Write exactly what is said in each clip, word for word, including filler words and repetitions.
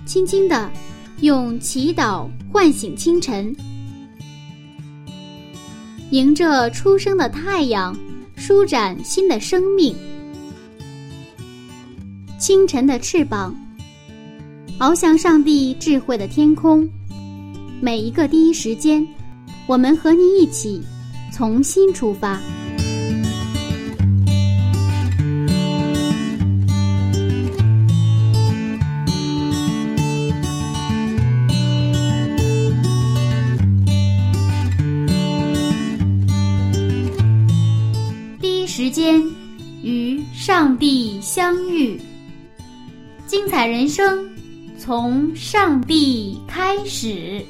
轻轻地用祈祷唤醒清晨，迎着初升的太阳，舒展新的生命。清晨的翅膀，翱翔上帝智慧的天空。每一个第一时间，我们和你一起从新出发。第一时间与上帝相遇，精彩人生从上帝开始。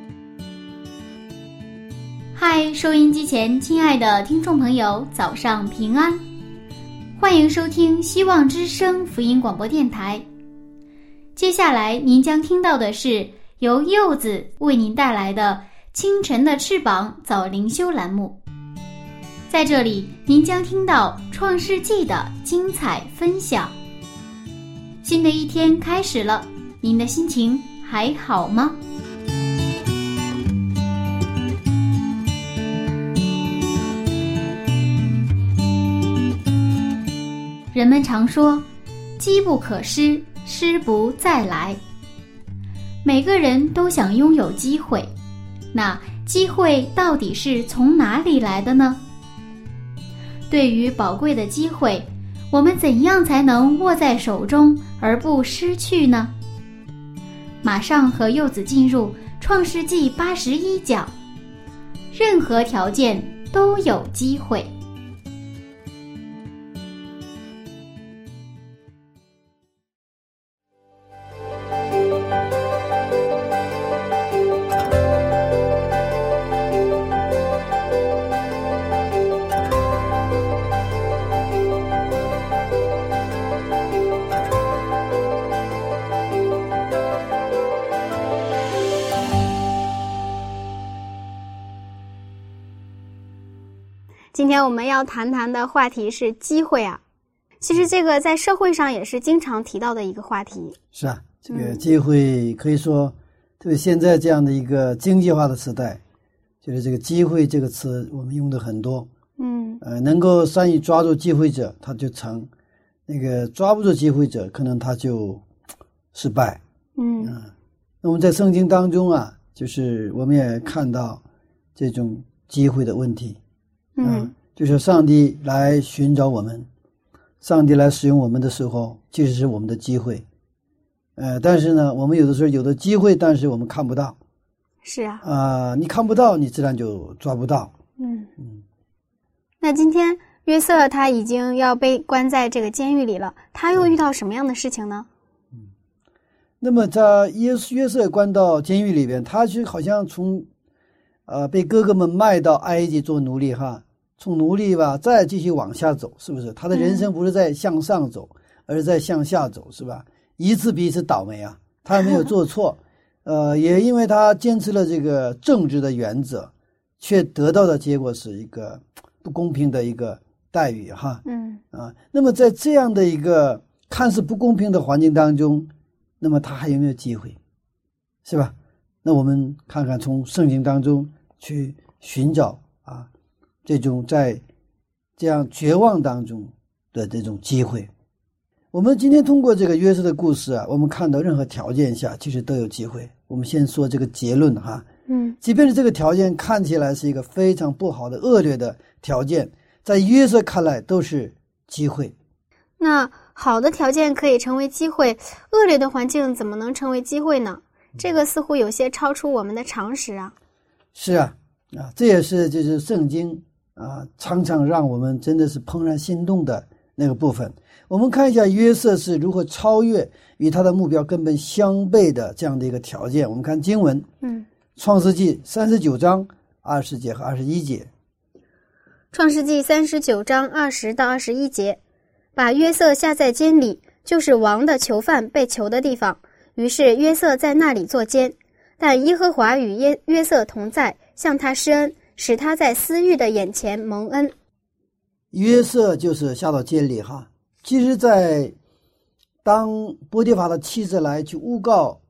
嗨，收音机前亲爱的听众朋友，早上平安，欢迎收听希望之声福音广播电台。接下来您将听到的是由柚子为您带来的清晨的翅膀早灵修栏目。在这里您将听到创世纪的精彩分享。新的一天开始了，您的心情还好吗？人们常说，机不可失，失不再来。每个人都想拥有机会，那机会到底是从哪里来的呢？对于宝贵的机会，我们怎样才能握在手中而不失去呢？马上和柚子进入创世纪八十一讲，任何条件都有机会。 今天我们要谈谈的话题是机会啊。其实这个在社会上也是经常提到的一个话题。 是啊，这个机会可以说、嗯、特别现在这样的一个经济化的时代，就是这个机会这个词我们用的很多。嗯，呃，能够善于抓住机会者他就成，那个抓不住机会者可能他就失败。嗯，呃、那我们在圣经当中啊，就是我们也看到这种机会的问题。嗯，就是上帝来寻找我们，上帝来使用我们的时候，其实是我们的机会。呃，但是呢，我们有的时候有的机会，但是我们看不到。 是啊。 啊、呃，你看不到，你自然就抓不到。 嗯嗯。那今天约瑟他已经要被关在这个监狱里了，他又遇到什么样的事情呢？ 嗯，那么在约约瑟关到监狱里边，他就好像从呃被哥哥们卖到埃及做奴隶哈。从奴隶吧再继续往下走，是不是他的人生不是在向上走、嗯、而是在向下走，是吧？一次比一次倒霉啊，他也没有做错呃，也因为他坚持了这个正直的原则，却得到的结果是一个不公平的一个待遇哈。嗯啊，那么在这样的一个看似不公平的环境当中，那么他还有没有机会，是吧？那我们看看从圣经当中去寻找啊这种在这样绝望当中的这种机会。我们今天通过这个约瑟的故事啊，我们看到任何条件下其实都有机会。我们先说这个结论哈，嗯，即便是这个条件看起来是一个非常不好的恶劣的条件，在约瑟看来都是机会。 那好的条件可以成为机会，恶劣的环境怎么能成为机会呢？这个似乎有些超出我们的常识啊。 是啊，啊，这也是就是圣经啊，常常让我们真的是怦然心动的那个部分。我们看一下约瑟是如何超越与他的目标根本相悖的这样的一个条件。我们看经文，嗯，创世纪三十九章二十节和二十一节。 创世纪三十九章二十到二十一节，把约瑟下在监里，就是王的囚犯被囚的地方。于是约瑟在那里作监，但耶和华与约约瑟同在，向他施恩，使他在私欲的眼前蒙恩。 约瑟就是下到监里哈。其实在当波提乏的妻子来去诬告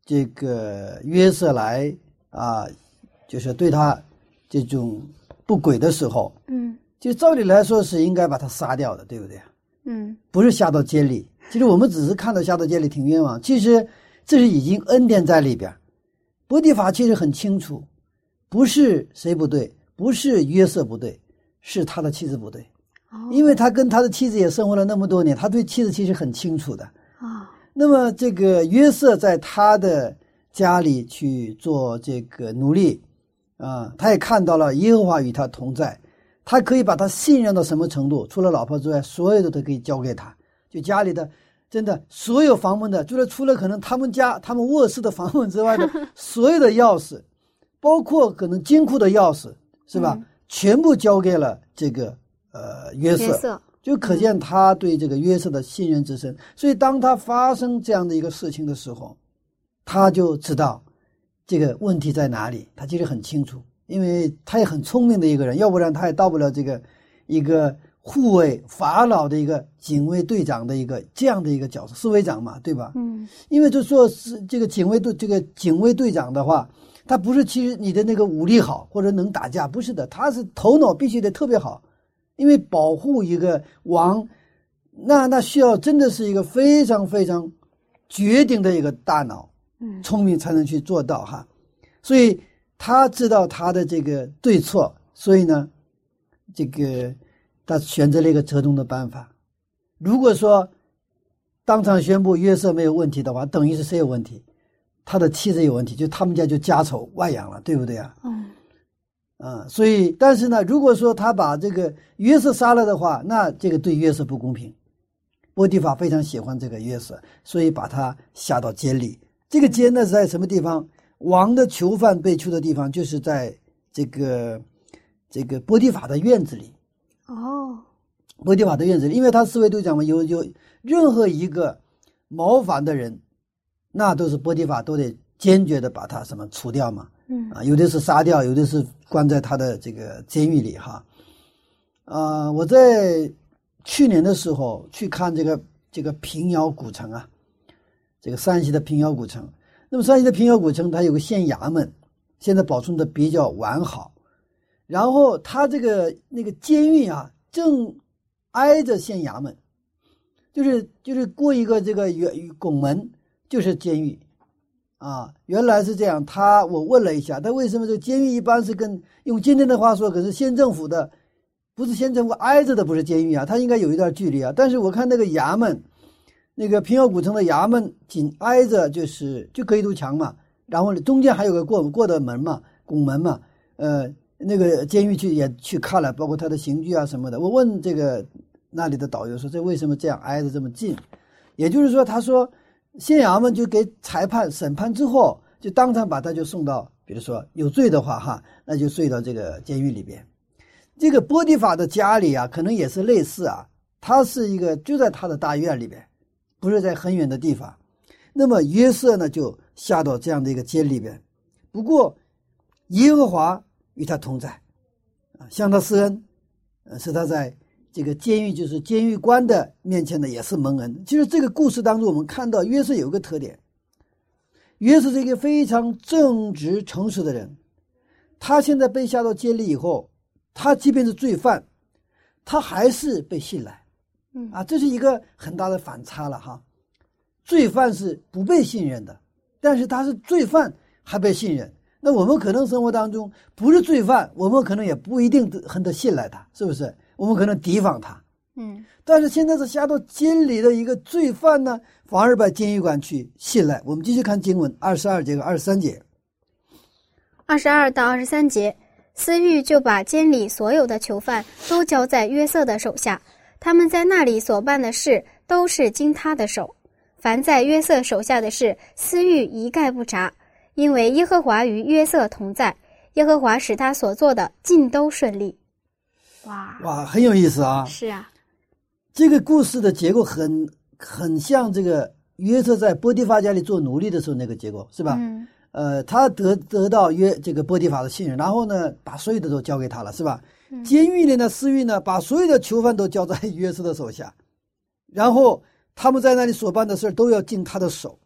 这个约瑟来啊，就是对他这种不轨的时候， 嗯， 就照理来说是应该把他杀掉的，对不对？ 嗯， 不是下到监里。其实我们只是看到下到监里挺冤枉，其实这是已经恩典在里边。波提乏其实很清楚，不是谁不对，不是约瑟不对，是他的妻子不对。 哦， 因为他跟他的妻子也生活了那么多年，他对妻子其实很清楚的。 啊、哦， 那么这个约瑟在他的家里去做这个奴隶啊，他也看到了耶和华与他同在，他可以把他信任到什么程度？除了老婆之外，所有的都可以交给他。就家里的真的所有房门的，除了除了可能他们家他们卧室的房门之外的所有的钥匙，包括可能金库的钥匙，是吧？嗯、全部交给了这个呃约瑟。 约瑟就可见他对这个约瑟的信任之深，嗯、所以当他发生这样的一个事情的时候，他就知道这个问题在哪里。他其实很清楚，因为他也很聪明的一个人，要不然他也到不了这个一个护卫法老的一个警卫队长的一个这样的一个角色，侍卫长嘛，对吧？ 嗯， 因为就说是这个警卫队这个警卫队长的话，他不是其实你的那个武力好或者能打架，不是的，他是头脑必须得特别好。因为保护一个王，那那需要真的是一个非常非常绝顶的一个大脑， 嗯， 聪明才能去做到哈。所以他知道他的这个对错，所以呢，这个他选择了一个折中的办法。如果说当场宣布约瑟没有问题的话，等于是谁有问题？他的妻子有问题，就他们家就家丑外扬了，对不对啊？ 嗯。 啊、嗯，所以，但是呢，如果说他把这个约瑟杀了的话，那这个对约瑟不公平。波提乏非常喜欢这个约瑟，所以把他下到监里。这个监呢是在什么地方？王的囚犯被囚的地方，就是在这个这个波提乏的院子里。 哦， 波提乏的院子里，因为他侍卫队长嘛，有有任何一个谋反的人，那都是波提乏都得坚决的把他什么除掉嘛。 嗯啊，有的是杀掉，有的是关在他的这个监狱里哈。啊，我在去年的时候去看这个这个平遥古城啊，这个山西的平遥古城。那么山西的平遥古城，它有个县衙门，现在保存的比较完好。然后它这个那个监狱啊，正挨着县衙门，就是就是过一个这个拱门就是监狱。啊，原来是这样。他我问了一下，他为什么这个监狱一般是跟用今天的话说，可是县政府的，不是县政府挨着的，不是监狱啊，它应该有一段距离啊。但是我看那个衙门，那个平遥古城的衙门紧挨着，就是就隔一堵墙嘛，然后中间还有个过过的门嘛，拱门嘛。呃，那个监狱去也去看了，包括他的刑具啊什么的。我问这个那里的导游说，这为什么这样挨着这么近？也就是说，他说。县衙门就给裁判审判之后，就当场把他就送到，比如说有罪的话哈，那就睡到这个监狱里边。这个波提乏的家里啊，可能也是类似啊，他是一个就在他的大院里边，不是在很远的地方。那么约瑟呢，就下到这样的一个监里边。不过耶和华与他同在，啊，向他施恩，呃，使他在。这个监狱就是监狱官的面前的也是蒙恩。其实这个故事当中，我们看到约瑟有个特点，约瑟是一个非常正直诚实的人。他现在被下到监里以后，他即便是罪犯，他还是被信赖。 嗯啊，这是一个很大的反差了哈。罪犯是不被信任的，但是他是罪犯还被信任。那我们可能生活当中不是罪犯，我们可能也不一定很的信赖他，是不是？我们可能提防他， 嗯， 但是现在是下到监里的一个罪犯呢，反而把监狱官去信赖。我们继续看经文二十二节和二十三节。 二十二到二十三节，司狱就把监里所有的囚犯都交在约瑟的手下，他们在那里所办的事都是经他的手。凡在约瑟手下的事，司狱一概不查，因为耶和华与约瑟同在，耶和华使他所做的尽都顺利。哇哇，很有意思啊！ 是啊， 这个故事的结构很很像这个约瑟在波提乏家里做奴隶的时候那个结构，是吧？ 嗯， 呃，他得得到约这个波提乏的信任，然后呢，把所有的都交给他了，是吧？ 嗯、 监狱里呢，司狱呢，把所有的囚犯都交在约瑟的手下，然后他们在那里所办的事都要进他的手。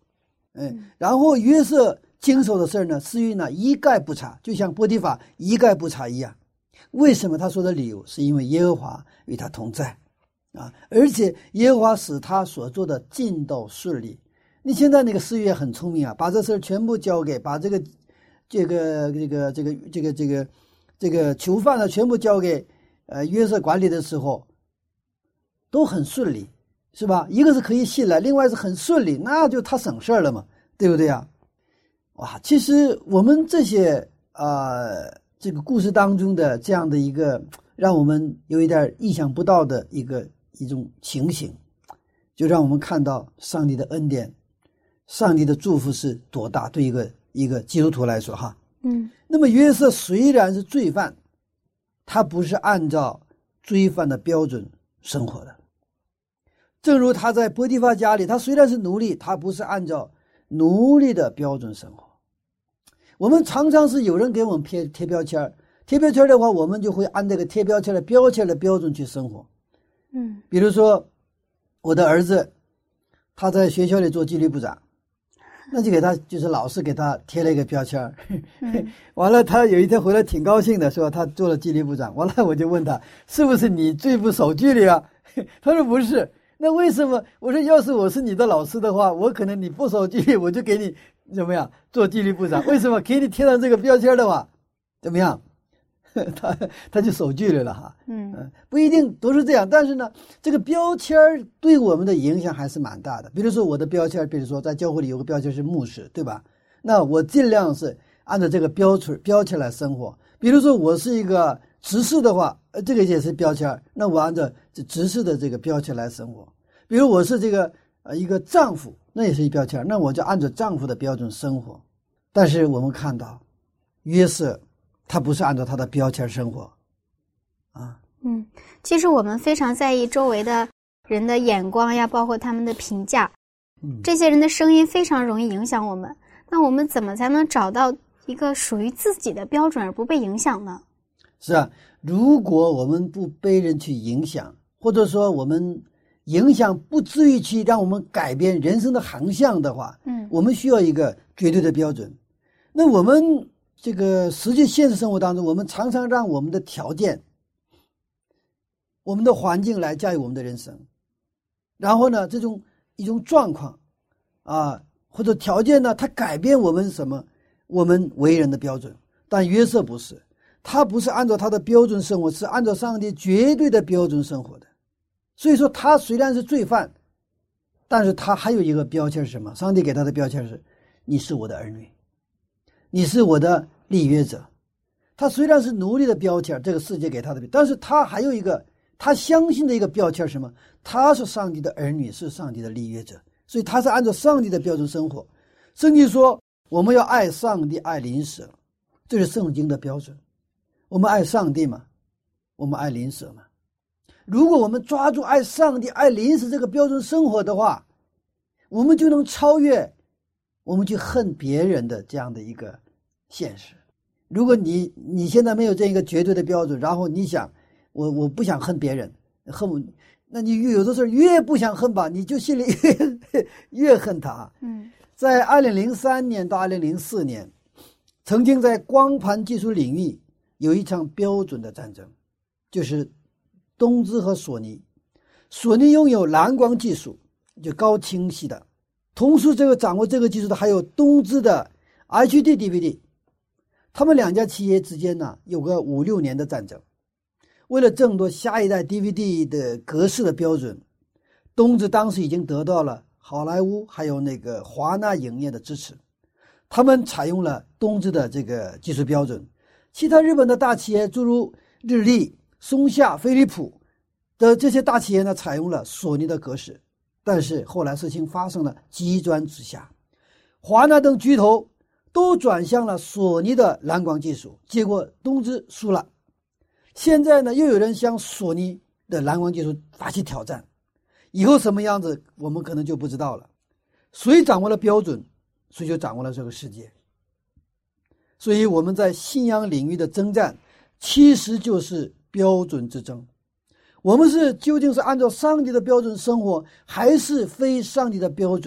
嗯，然后约瑟经手的事呢，司狱呢一概不查，就像波提法一概不查一样。为什么他说的理由？是因为耶和华与他同在啊，而且耶和华使他所做的尽都顺利。你现在那个司狱也很聪明啊，把这事全部交给，把这个这个这个这个这个这个这个囚犯呢全部交给呃约瑟管理的时候，都很顺利，是吧？一个是可以信赖，另外是很顺利，那就他省事了嘛，对不对啊？哇，其实我们这些呃这个故事当中的这样的一个让我们有一点意想不到的一个一种情形，就让我们看到上帝的恩典，上帝的祝福是多大，对一个一个基督徒来说哈。 嗯， 那么约瑟虽然是罪犯，他不是按照罪犯的标准生活的。正如他在波提乏家里，他虽然是奴隶，他不是按照奴隶的标准生活。我们常常是有人给我们贴贴标签，贴标签的话，我们就会按这个贴标签的标签的标准去生活。 嗯， 比如说我的儿子，他在学校里做纪律部长，那就给他就是老师给他贴了一个标签。嗯、完了他有一天回来挺高兴的，说他做了纪律部长。完了我就问他，是不是你最不守纪律啊？他说不是。那为什么？我说要是我是你的老师的话，我可能你不守纪律，我就给你怎么样做纪律部长。为什么给你贴上这个标签的话，怎么样？他他就守纪律了哈。嗯，不一定都是这样，但是呢，这个标签对我们的影响还是蛮大的。比如说我的标签，比如说在教会里有个标签是牧师，对吧？那我尽量是按照这个标签标签来生活。比如说我是一个执事的话，呃，这个也是标签，那我按照这执事的这个标签来生活。比如我是这个呃一个丈夫，那也是一标签，那我就按照丈夫的标准生活。但是我们看到约瑟他不是按照他的标签生活啊。 嗯，其实我们非常在意周围的人的眼光呀，包括他们的评价，嗯，这些人的声音非常容易影响我们。那我们怎么才能找到一个属于自己的标准而不被影响呢？ 是啊，如果我们不被人去影响，或者说我们影响不至于去让我们改变人生的航向的话，嗯，我们需要一个绝对的标准。那我们这个实际现实生活当中，我们常常让我们的条件、我们的环境来驾驭我们的人生，然后呢，这种一种状况啊，或者条件呢，它改变我们什么？我们为人的标准。但约瑟不是，他不是按照他的标准生活，是按照上帝绝对的标准生活的。所以说他虽然是罪犯，但是他还有一个标签是什么？上帝给他的标签是，你是我的儿女，你是我的立约者。他虽然是奴隶的标签，这个世界给他的，但是他还有一个他相信的一个标签是什么？他是上帝的儿女，是上帝的立约者。所以他是按照上帝的标准生活。圣经说我们要爱上帝，爱邻舍，这是圣经的标准。我们爱上帝吗？我们爱邻舍吗？如果我们抓住爱上帝、爱邻舍这个标准生活的话，我们就能超越我们去恨别人的这样的一个现实。如果你你现在没有这一个绝对的标准，然后你想我我不想恨别人，恨我，那你有的时候越不想恨吧，你就心里越越恨他。嗯，在二零零三年到二零零四年，曾经在光盘技术领域有一场标准的战争，就是东芝和索尼。索尼拥有蓝光技术，就高清晰的，同时这个掌握这个技术的还有东芝的 H D D V D。 他们两家企业之间呢有个五六年的战争。为了争夺下一代 D V D 的格式的标准，东芝当时已经得到了好莱坞还有那个华纳影业的支持，他们采用了东芝的这个技术标准。其他日本的大企业诸如日立、松下、飞利浦的这些大企业呢，采用了索尼的格式。但是后来事情发生了急转直下，华纳等巨头都转向了索尼的蓝光技术，结果东芝输了。现在呢，又有人向索尼的蓝光技术发起挑战，以后什么样子我们可能就不知道了。谁掌握了标准，谁就掌握了这个世界。所以我们在信仰领域的征战，其实就是标准之争。我们是究竟是按照上帝的标准生活，还是非上帝的标准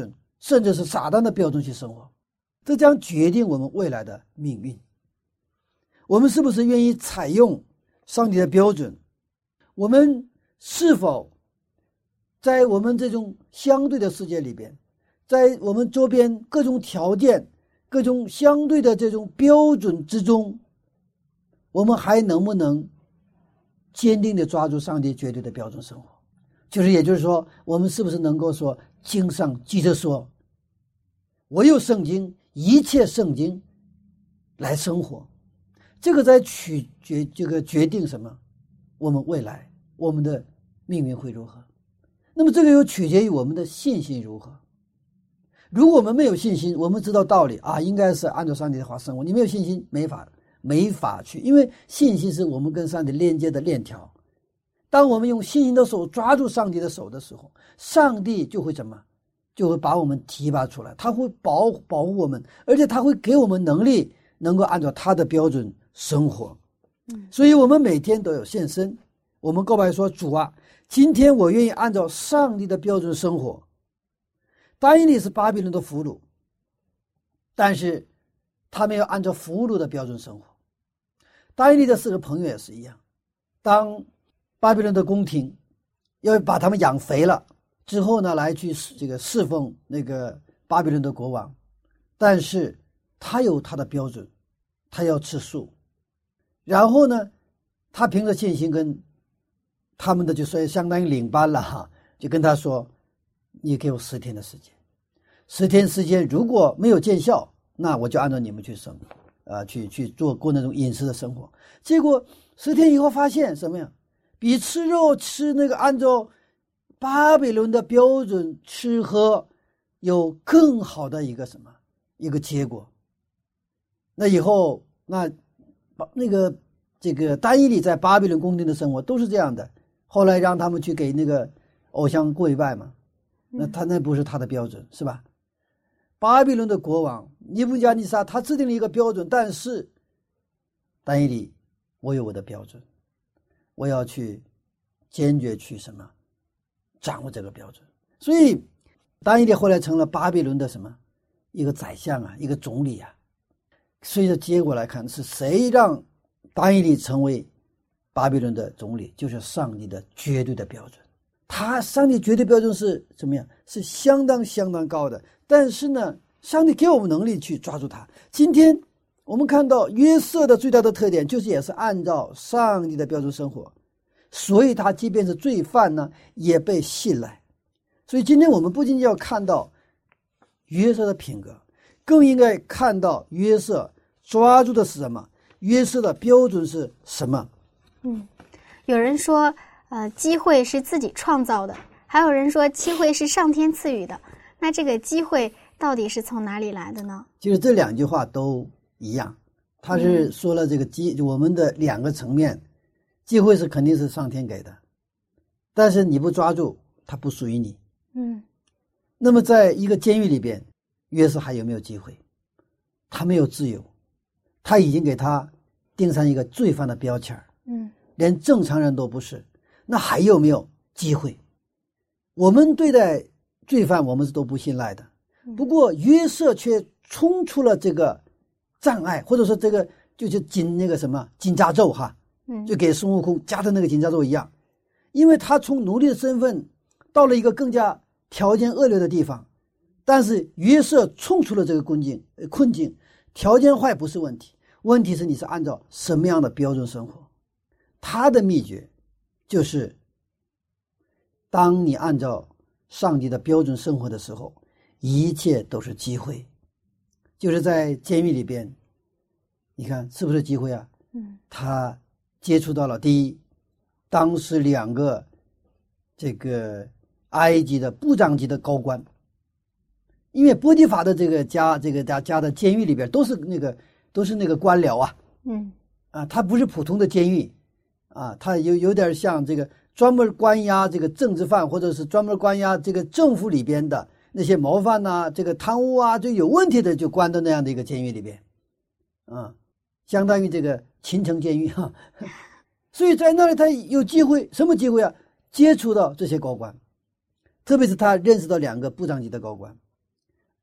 甚至是撒旦的标准去生活，这将决定我们未来的命运。我们是不是愿意采用上帝的标准？我们是否在我们这种相对的世界里边，在我们周边各种条件、各种相对的这种标准之中，我们还能不能坚定地抓住上帝绝对的标准生活？就是也就是说，我们是不是能够说经上记着说，唯有圣经，一切圣经来生活？这个在取决这个决定什么？我们未来我们的命运会如何？那么这个又取决于我们的信心如何。如果我们没有信心，我们知道道理啊，应该是按照上帝的话生活，你没有信心没法没法去，因为信心是我们跟上帝连接的链条。当我们用信心的手抓住上帝的手的时候，上帝就会怎么就会把我们提拔出来，他会保保护我们，而且他会给我们能力能够按照他的标准生活。所以我们每天都有献身，我们告白说，主啊，今天我愿意按照上帝的标准生活。但以理是巴比伦的俘虏，但是他没有按照俘虏的标准生活。但以理的四个朋友也是一样，当巴比伦的宫廷要把他们养肥了之后呢，来去这个侍奉那个巴比伦的国王，但是他有他的标准，他要吃素。然后呢，他凭着信心跟他们的就说相当于领班了哈，就跟他说，你给我十天的时间，十天时间如果没有见效，那我就按照你们去生啊、呃，去去做过那种饮食的生活。结果十天以后发现什么呀？比吃肉吃那个按照巴比伦的标准吃喝有更好的一个什么一个结果。那以后那那个这个但以理在巴比伦宫廷的生活都是这样的，后来让他们去给那个偶像跪拜嘛，那他那不是他的标准，是吧？巴比伦的国王尼布甲尼撒他制定了一个标准，但是但以理我有我的标准，我要去坚决去什么掌握这个标准。所以但以理后来成了巴比伦的什么一个宰相啊，一个总理啊。随着结果来看，是谁让但以理成为巴比伦的总理？就是上帝的绝对的标准。他上帝绝对标准是怎么样？是相当相当高的。但是呢，上帝给我们能力去抓住它。今天我们看到约瑟的最大的特点就是也是按照上帝的标准生活，所以他即便是罪犯呢，也被信赖。所以今天我们不仅仅要看到约瑟的品格，更应该看到约瑟抓住的是什么？约瑟的标准是什么？ 嗯，有人说，呃，机会是自己创造的，还有人说机会是上天赐予的。那这个机会到底是从哪里来的呢？ 其实这两句话都一样，他是说了这个机，嗯、我们的两个层面，机会是肯定是上天给的，但是你不抓住，它不属于你。 嗯， 那么在一个监狱里边，约瑟还有没有机会？他没有自由，他已经给他钉上一个罪犯的标签， 嗯， 连正常人都不是，那还有没有机会？我们对待罪犯我们是都不信赖的，不过约瑟却冲出了这个障碍，或者说这个就是金那个什么金吒咒哈，就给孙悟空加的那个金吒咒一样，因为他从奴隶的身份到了一个更加条件恶劣的地方，但是约瑟冲出了这个困境困境，条件坏不是问题，问题是你是按照什么样的标准生活。他的秘诀就是当你按照上帝的标准生活的时候，一切都是机会。就是在监狱里边，你看是不是机会啊？ 嗯， 他接触到了第一，当时两个这个埃及的部长级的高官，因为波提法的这个家这个家家的监狱里边都是那个都是那个官僚啊， 嗯啊，他不是普通的监狱啊，他有有点像这个专门关押这个政治犯，或者是专门关押这个政府里边的那些谋犯呐、啊，这个贪污啊，就有问题的就关到那样的一个监狱里边，啊，相当于这个秦城监狱哈。所以在那里他有机会，什么机会啊？接触到这些高官，特别是他认识到两个部长级的高官。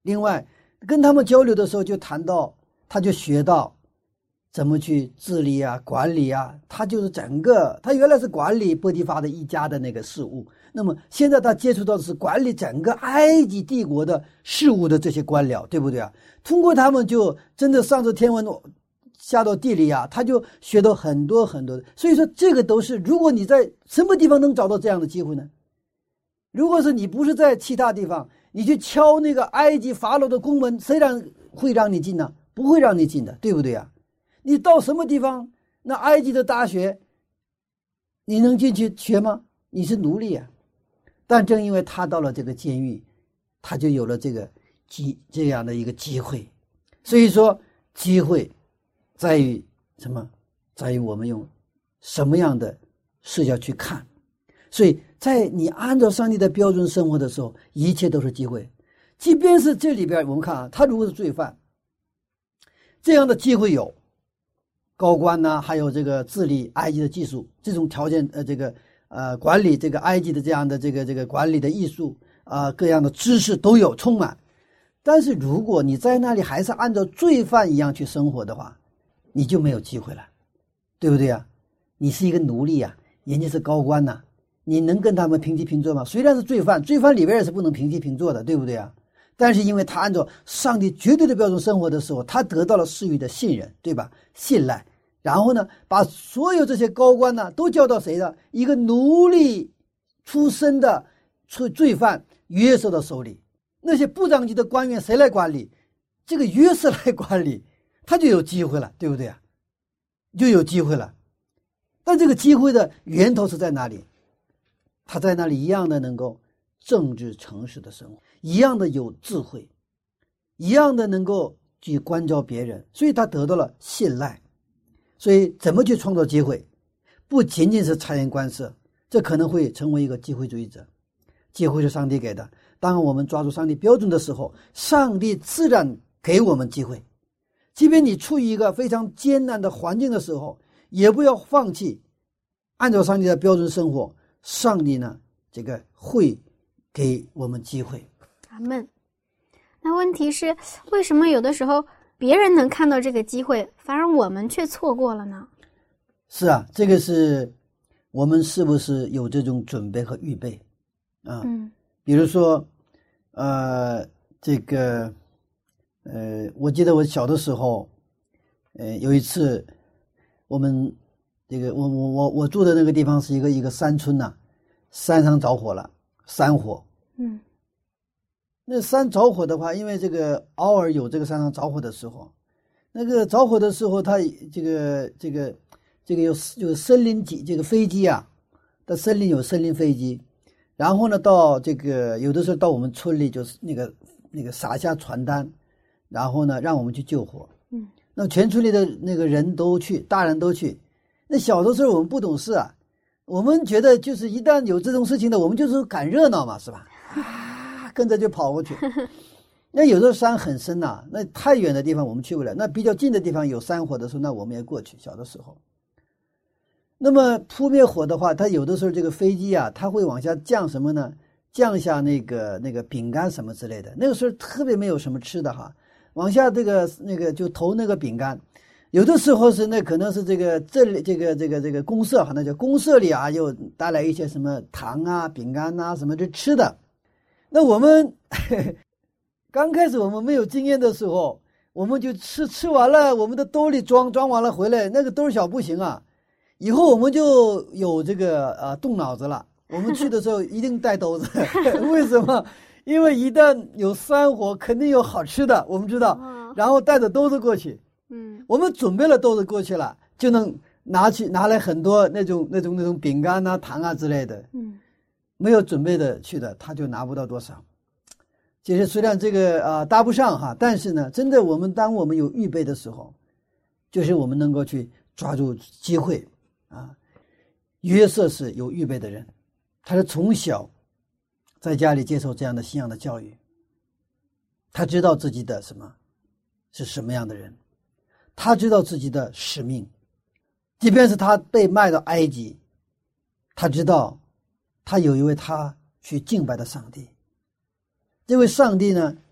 另外跟他们交流的时候就谈到，他就学到怎么去治理啊管理啊，他就是整个他原来是管理波提乏的一家的那个事务，那么现在他接触到的是管理整个埃及帝国的事务的这些官僚，对不对啊？通过他们就真的上至天文下到地理啊，他就学到很多很多的。所以说这个都是，如果你在什么地方能找到这样的机会呢？如果是你不是在其他地方，你去敲那个埃及法老的宫门，谁让会让你进呢？不会让你进的，对不对啊？你到什么地方，那埃及的大学你能进去学吗？你是奴隶啊。但正因为他到了这个监狱，他就有了这个机这样的一个机会。所以说机会在于什么？在于我们用什么样的视角去看。所以在你按照上帝的标准生活的时候，一切都是机会。即便是这里边我们看啊，他如果是罪犯，这样的机会有高官呢、啊，还有这个治理埃及的技术，这种条件呃这个呃管理这个埃及的这样的这个这个管理的艺术啊、呃、各样的知识都有充满。但是如果你在那里还是按照罪犯一样去生活的话，你就没有机会了，对不对啊？你是一个奴隶啊，人家是高官呐、啊，你能跟他们平起平坐吗？虽然是罪犯，罪犯里边也是不能平起平坐的，对不对啊？但是因为他按照上帝绝对的标准生活的时候，他得到了世域的信任，对吧？信赖。然后呢，把所有这些高官呢都交到谁的？一个奴隶出身的罪犯约瑟的手里。那些部长级的官员谁来管理？这个约瑟来管理，他就有机会了，对不对啊？就有机会了。但这个机会的源头是在哪里？他在那里一样的能够正直诚实的生活，一样的有智慧，一样的能够去关照别人，所以他得到了信赖。所以怎么去创造机会？不仅仅是察言观色，这可能会成为一个机会主义者。机会是上帝给的，当我们抓住上帝标准的时候，上帝自然给我们机会。即便你处于一个非常艰难的环境的时候，也不要放弃按照上帝的标准生活，上帝呢这个会给我们机会。 阿们。那问题是，为什么有的时候别人能看到这个机会，反而我们却错过了呢？ 是啊，这个是我们是不是有这种准备和预备啊？ 嗯， 比如说呃这个呃我记得我小的时候呃有一次我们这个我我我我住的那个地方是一个一个山村呐、啊，山上着火了，山火。 嗯， 那山着火的话，因为这个偶尔有这个山上着火的时候，那个着火的时候，它这个这个这个有有森林机这个飞机啊，在森林有森林飞机，然后呢到这个有的时候到我们村里就是那个那个撒下传单，然后呢让我们去救火。 嗯， 那全村里的那个人都去，大人都去。那小的时候我们不懂事啊，我们觉得就是一旦有这种事情的，我们就是赶热闹嘛，是吧？啊，跟着就跑过去。那有的山很深呐、啊，那太远的地方我们去不了，那比较近的地方有山火的时候，那我们也过去。小的时候，那么扑灭火的话，它有的时候这个飞机啊，它会往下降什么呢？降下那个那个饼干什么之类的。那个时候特别没有什么吃的哈，往下这个那个就投那个饼干。有的时候是那可能是这个这里这个这个这个公社，好像叫公社里啊，又带来一些什么糖啊、饼干啊什么这吃的。那我们呵呵刚开始我们没有经验的时候，我们就吃吃完了，我们的兜里装装完了回来，那个兜小不行啊。以后我们就有这个呃动脑子了，我们去的时候一定带兜子。为什么？因为一旦有山火，肯定有好吃的，我们知道，然后带着兜子过去。 嗯， 我们准备了兜子过去了，就能拿去拿来很多那种那种那种饼干啊、糖啊之类的。 嗯， 没有准备的去的，他就拿不到多少。其实虽然这个啊、呃、搭不上哈，但是呢，真的我们当我们有预备的时候，就是我们能够去抓住机会啊。约瑟是有预备的人，他是从小在家里接受这样的信仰的教育，他知道自己的什么是什么样的人。他知道自己的使命，即便是他被卖到埃及，他知道他有一位他去敬拜的上帝。这位上帝呢，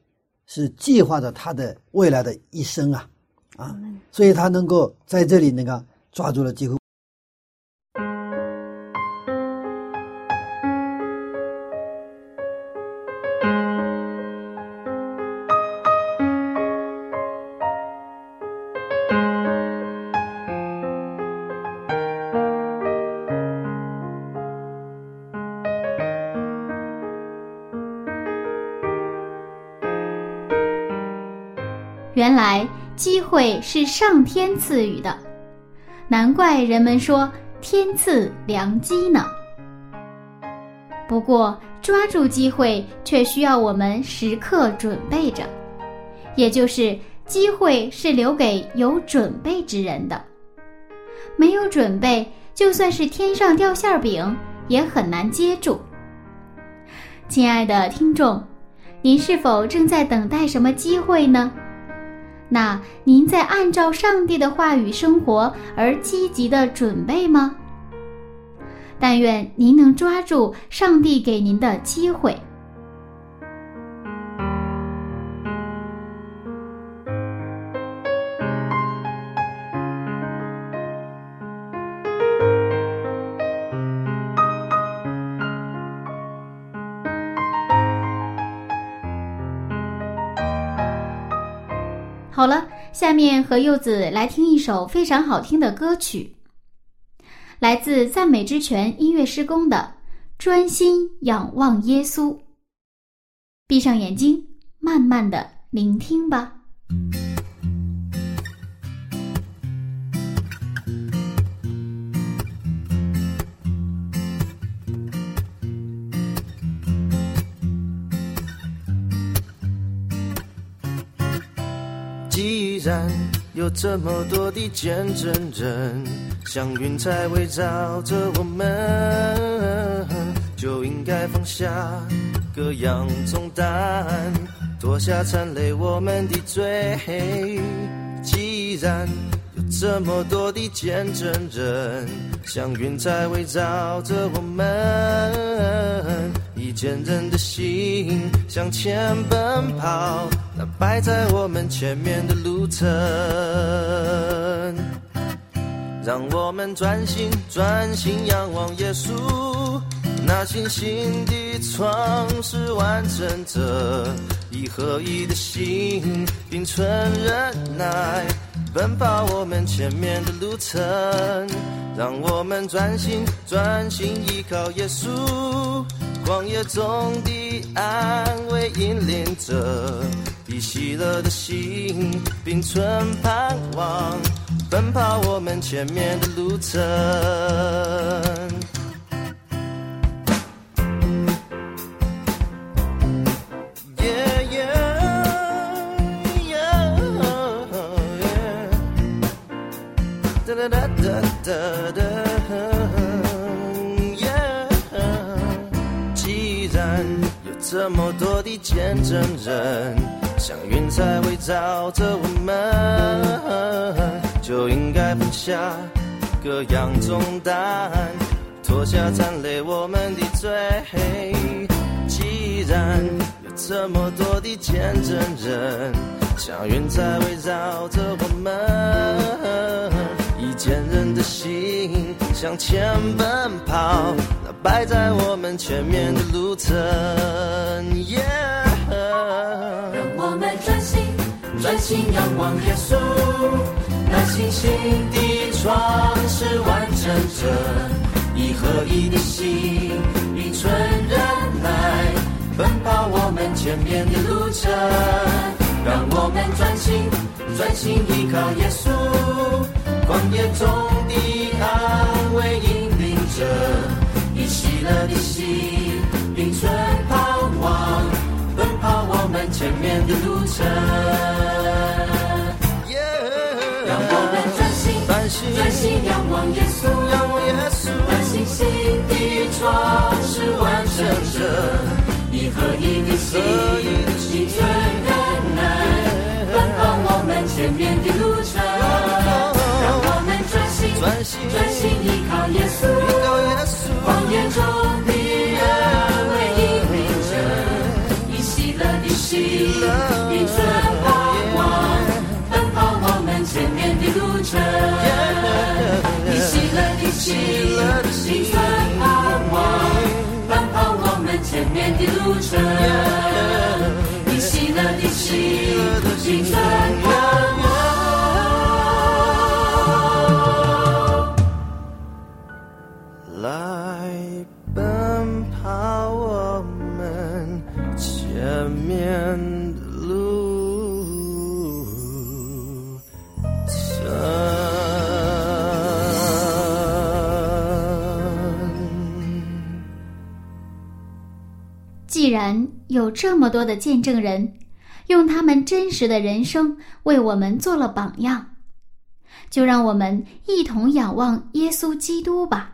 是计划着他的未来的一生啊啊，所以他能够在这里那个抓住了机会。 原来机会是上天赐予的，难怪人们说天赐良机呢。不过抓住机会却需要我们时刻准备着，也就是机会是留给有准备之人的。没有准备，就算是天上掉馅饼也很难接住。亲爱的听众，您是否正在等待什么机会呢？那您在按照上帝的话语生活而积极的准备吗？但愿您能抓住上帝给您的机会。好了，下面和柚子来听一首非常好听的歌曲，来自赞美之泉音乐施工的《专心仰望耶稣》。闭上眼睛，慢慢的聆听吧。 既然有这么多的见证人，像云彩围绕着我们，就应该放下各样重担，脱下缠累我们的罪。既然有这么多的见证人，像云彩围绕着我们，以坚韧的心向前奔跑，那摆在我们前面的路程。让我们专心专心仰望耶稣，那信心的创始完成者，以合一的心并存忍耐奔跑我们前面的路程。让我们专心专心依靠耶稣，旷野中的安慰引领者，以喜乐的心并存盼望奔跑我们前面的路程。既然有这么多的见证人，像云彩围绕着我们，就应该放下各样重担，脱下缠累我们的罪。既然有这么多的见证人，像云彩围绕着我们，以坚韧的心向前奔跑，那摆在我们前面的路程。Yeah， 让我们专心专心仰望耶稣，那信心的创始完成者，以合一的心并存忍耐奔跑我们前面的路程。让我们专心专心依靠耶稣，旷野中的安慰引领者，以喜乐的心并存盼望奔跑我们前面的路程。让我们专心专心仰望耶稣，那信心的创始完成者，以合一的心并存忍耐奔跑我们前面的路程。让我们专心专心依靠耶稣，旷野中的安慰引领者，以喜乐的心并城，你熄了的心，心存盼望，奔跑我们前面的路程。你熄了的心，心存盼望。 来奔跑我们前面的路程。 既然有这么多的见证人，用他们真实的人生为我们做了榜样，就让我们一同仰望耶稣基督吧。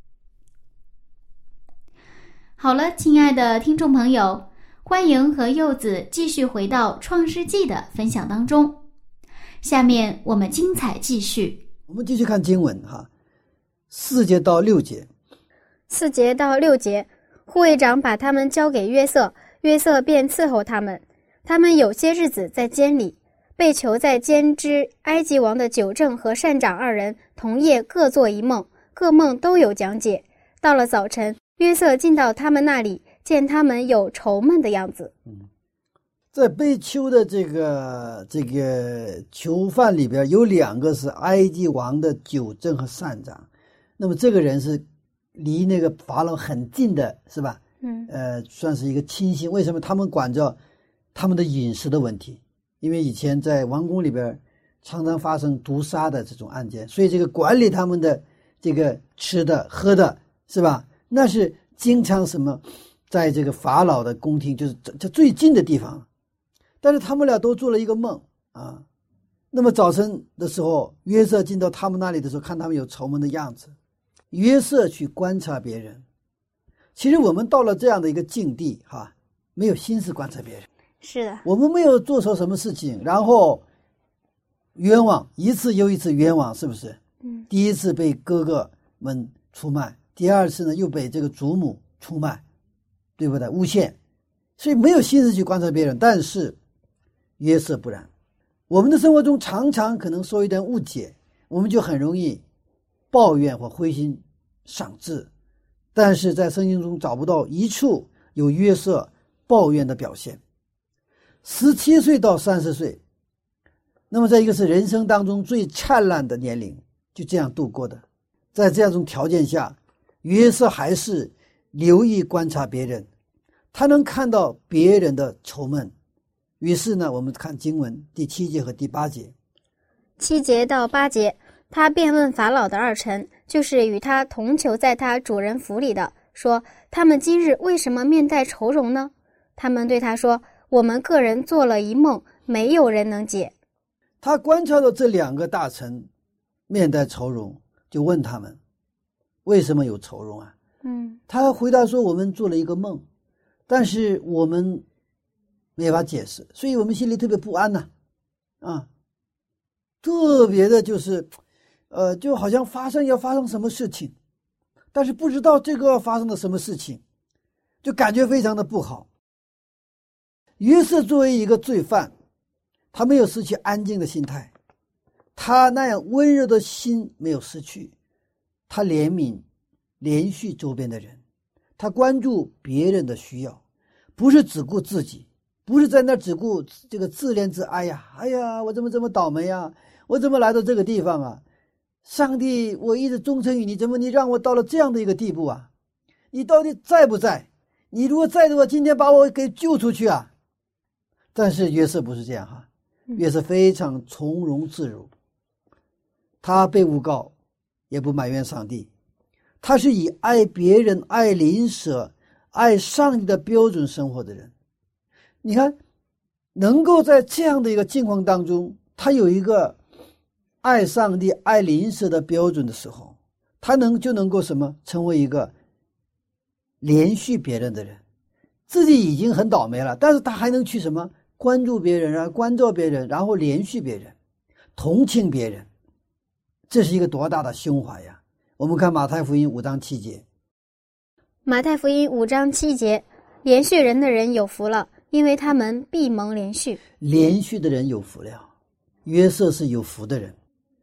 好了，亲爱的听众朋友，欢迎和柚子继续回到创世纪的分享当中。下面我们精彩继续。 我们继续看经文哈，四节到六节。 四节到六节，护卫长把他们交给约瑟，约瑟便伺候他们。他们有些日子在监里，被囚在监之埃及王的酒政和膳长二人同夜各做一梦，各梦都有讲解。到了早晨，约瑟进到他们那里，见他们有愁闷的样子。 嗯，在被囚的这个这个囚犯里边，有两个是埃及王的酒政和膳长。那么这个人是离那个法老很近的，是吧？嗯，呃，算是一个亲信。为什么他们管着他们的饮食的问题？因为以前在王宫里边常常发生毒杀的这种案件，所以这个管理他们的这个吃的喝的，是吧？那是经常什么，在这个法老的宫廷，就是这最近的地方。但是他们俩都做了一个梦啊。那么早晨的时候，约瑟进到他们那里的时候，看他们有愁闷的样子。约瑟去观察别人。其实我们到了这样的一个境地哈，没有心思观察别人。 是的， 我们没有做错什么事情，然后冤枉一次又一次冤枉，是不是？嗯。第一次被哥哥们出卖，第二次呢又被这个祖母出卖，对不对？诬陷，所以没有心思去观察别人。但是约瑟不然，我们的生活中常常可能受一点误解，我们就很容易抱怨或灰心丧志。但是在圣经中找不到一处有约瑟抱怨的表现。十七岁到三十岁，那么在一个是人生当中最灿烂的年龄，就这样度过的。在这样一种条件下，约瑟还是留意观察别人，他能看到别人的愁闷。于是呢，我们看经文第七节和第八节。 七节到八节，他便问法老的二臣，就是与他同囚在他主人府里的，说他们今日为什么面带愁容呢？他们对他说，我们个人做了一梦，没有人能解。 他观察到这两个大臣面带愁容，就问他们为什么有愁容啊？嗯，他回答说，我们做了一个梦，但是我们没法解释，所以我们心里特别不安呐、啊，啊，特别的就是呃，就好像发生要发生什么事情，但是不知道这个发生了什么事情，就感觉非常的不好。约瑟作为一个罪犯，他没有失去安静的心态，他那样温柔的心没有失去，他怜悯连续周边的人，他关注别人的需要，不是只顾自己，不是在那只顾这个自怜自哀呀，哎呀，我怎么这么倒霉呀，我怎么来到这个地方啊，上帝，我一直忠诚于你，怎么你让我到了这样的一个地步啊，你到底在不在？你如果在的话，今天把我给救出去啊。但是约瑟不是这样哈，约瑟非常从容自如，他被诬告也不埋怨上帝，他是以爱别人、爱邻舍、爱上帝的标准生活的人。你看，能够在这样的一个境况当中，他有一个爱上帝、爱邻舍的标准的时候，他能就能够什么成为一个连续别人的人。自己已经很倒霉了，但是他还能去什么关注别人啊，关照别人，然后连续别人，同情别人，这是一个多大的胸怀呀！我们看马太福音五章七节。 马太福音五章七节，连续人的人有福了，因为他们必蒙连续。 连续的人有福了，约瑟是有福的人。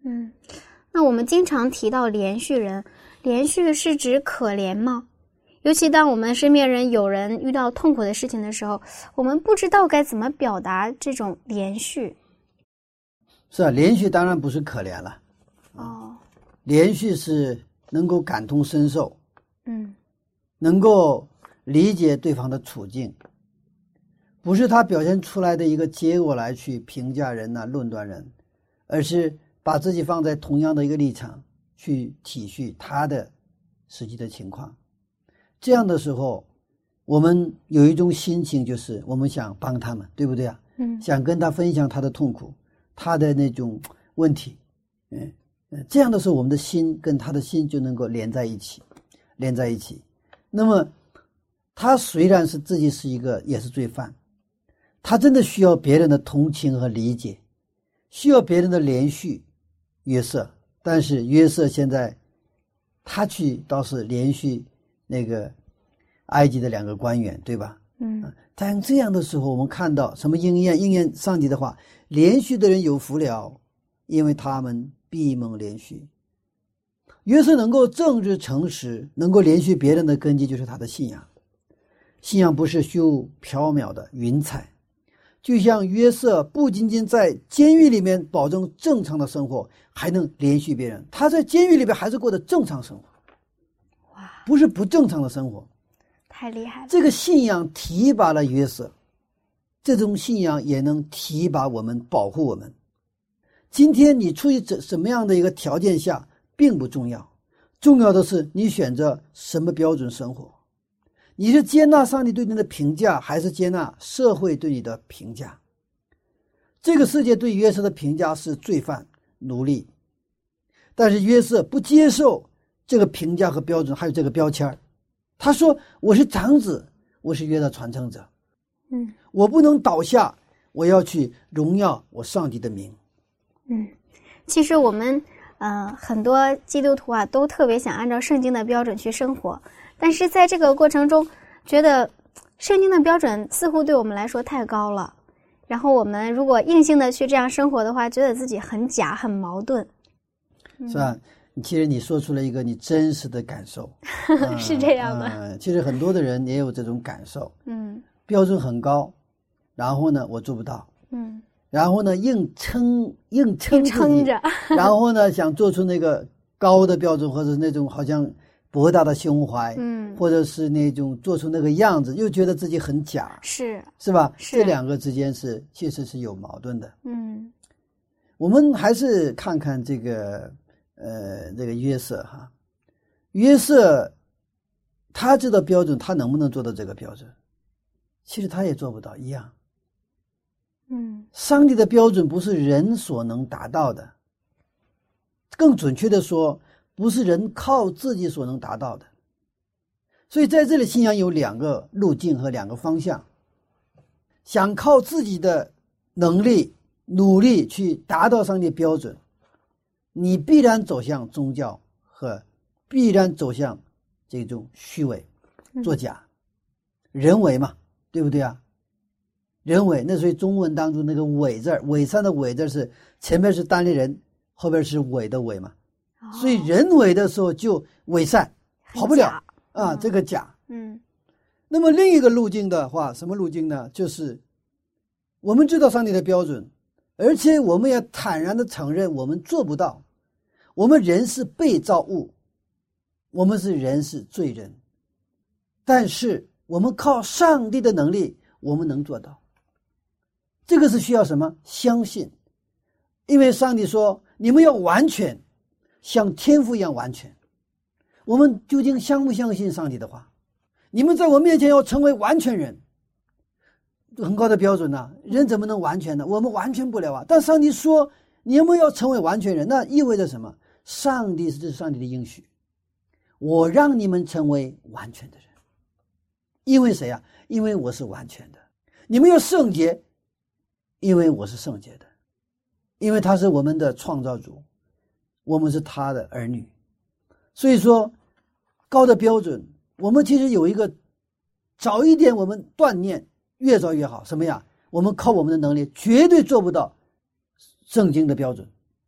嗯，那我们经常提到连续人，连续是指可怜吗？尤其当我们身边人有人遇到痛苦的事情的时候，我们不知道该怎么表达这种连续。 是啊，连续当然不是可怜了。 哦， 连续是能够感同身受， 嗯， 能够理解对方的处境，不是他表现出来的一个结果来去评价人呐、论断人，而是把自己放在同样的一个立场去体恤他的实际的情况。这样的时候，我们有一种心情，就是我们想帮他们，对不对啊？ 嗯， 想跟他分享他的痛苦，他的那种问题，嗯，这样的时候，我们的心跟他的心就能够连在一起，连在一起。那么，他虽然是自己是一个也是罪犯，他真的需要别人的同情和理解，需要别人的连续约瑟，但是约瑟现在他去倒是连续那个埃及的两个官员，对吧？ 嗯， 但这样的时候，我们看到什么应验？应验上帝的话，连续的人有福了，因为他们必蒙连续。约瑟能够正直诚实，能够连续别人的根基，就是他的信仰。信仰不是虚无缥缈的云彩，就像约瑟不仅仅在监狱里面保证正常的生活，还能连续别人。他在监狱里面还是过的正常生活， 哇， 不是不正常的生活。 太厉害了！ 这个信仰提拔了约瑟，这种信仰也能提拔我们，保护我们。今天你处于怎什么样的一个条件下并不重要，重要的是你选择什么标准生活。你是接纳上帝对你的评价，还是接纳社会对你的评价？这个世界对约瑟的评价是罪犯、奴隶，但是约瑟不接受这个评价和标准，还有这个标签。他说，我是长子，我是约的传承者， 嗯， 我不能倒下，我要去荣耀我上帝的名。 嗯，其实我们呃很多基督徒啊都特别想按照圣经的标准去生活，但是在这个过程中觉得圣经的标准似乎对我们来说太高了，然后我们如果硬性的去这样生活的话，觉得自己很假很矛盾。 是吧？其实你说出了一个你真实的感受。 是这样的、 嗯、其实很多的人也有这种感受。 嗯， 标准很高，然后呢我做不到， 嗯， 然后呢硬撑硬撑自己撑着然后呢想做出那个高的标准，或者那种好像博大的胸怀， 嗯， 或者是那种做出那个样子，又觉得自己很假， 是是吧？ 是这两个之间是确实是有矛盾的。 嗯， 我们还是看看这个呃这个约瑟哈，约瑟他知道标准，他能不能做到这个标准？其实他也做不到一样。 嗯， 上帝的标准不是人所能达到的，更准确的说，不是人靠自己所能达到的。所以在这里信仰有两个路径和两个方向。想靠自己的能力努力去达到上帝标准，你必然走向宗教和必然走向这种虚伪作假、嗯、人为嘛，对不对啊？人为，那所以中文当中那个伪字，伪善的伪字是前面是单立人，后边是伪的伪嘛、哦、所以人为的时候就伪善跑不了啊、嗯，这个假。 嗯， 那么另一个路径的话，什么路径呢？就是我们知道上帝的标准，而且我们也坦然的承认我们做不到。我们人是被造物，我们是人是罪人，但是我们靠上帝的能力，我们能做到。这个是需要什么？相信。因为上帝说你们要完全像天父一样完全。我们究竟相不相信上帝的话？你们在我面前要成为完全人，很高的标准呢、啊，人怎么能完全呢？我们完全不了啊。但上帝说你们要成为完全人，那意味着什么？上帝是这是上帝的应许，我让你们成为完全的人。因为谁啊？因为我是完全的。你们要圣洁，因为我是圣洁的。因为他是我们的创造主，我们是他的儿女。所以说高的标准，我们其实有一个早一点我们锻炼，越早越好。什么呀？我们靠我们的能力绝对做不到圣经的标准。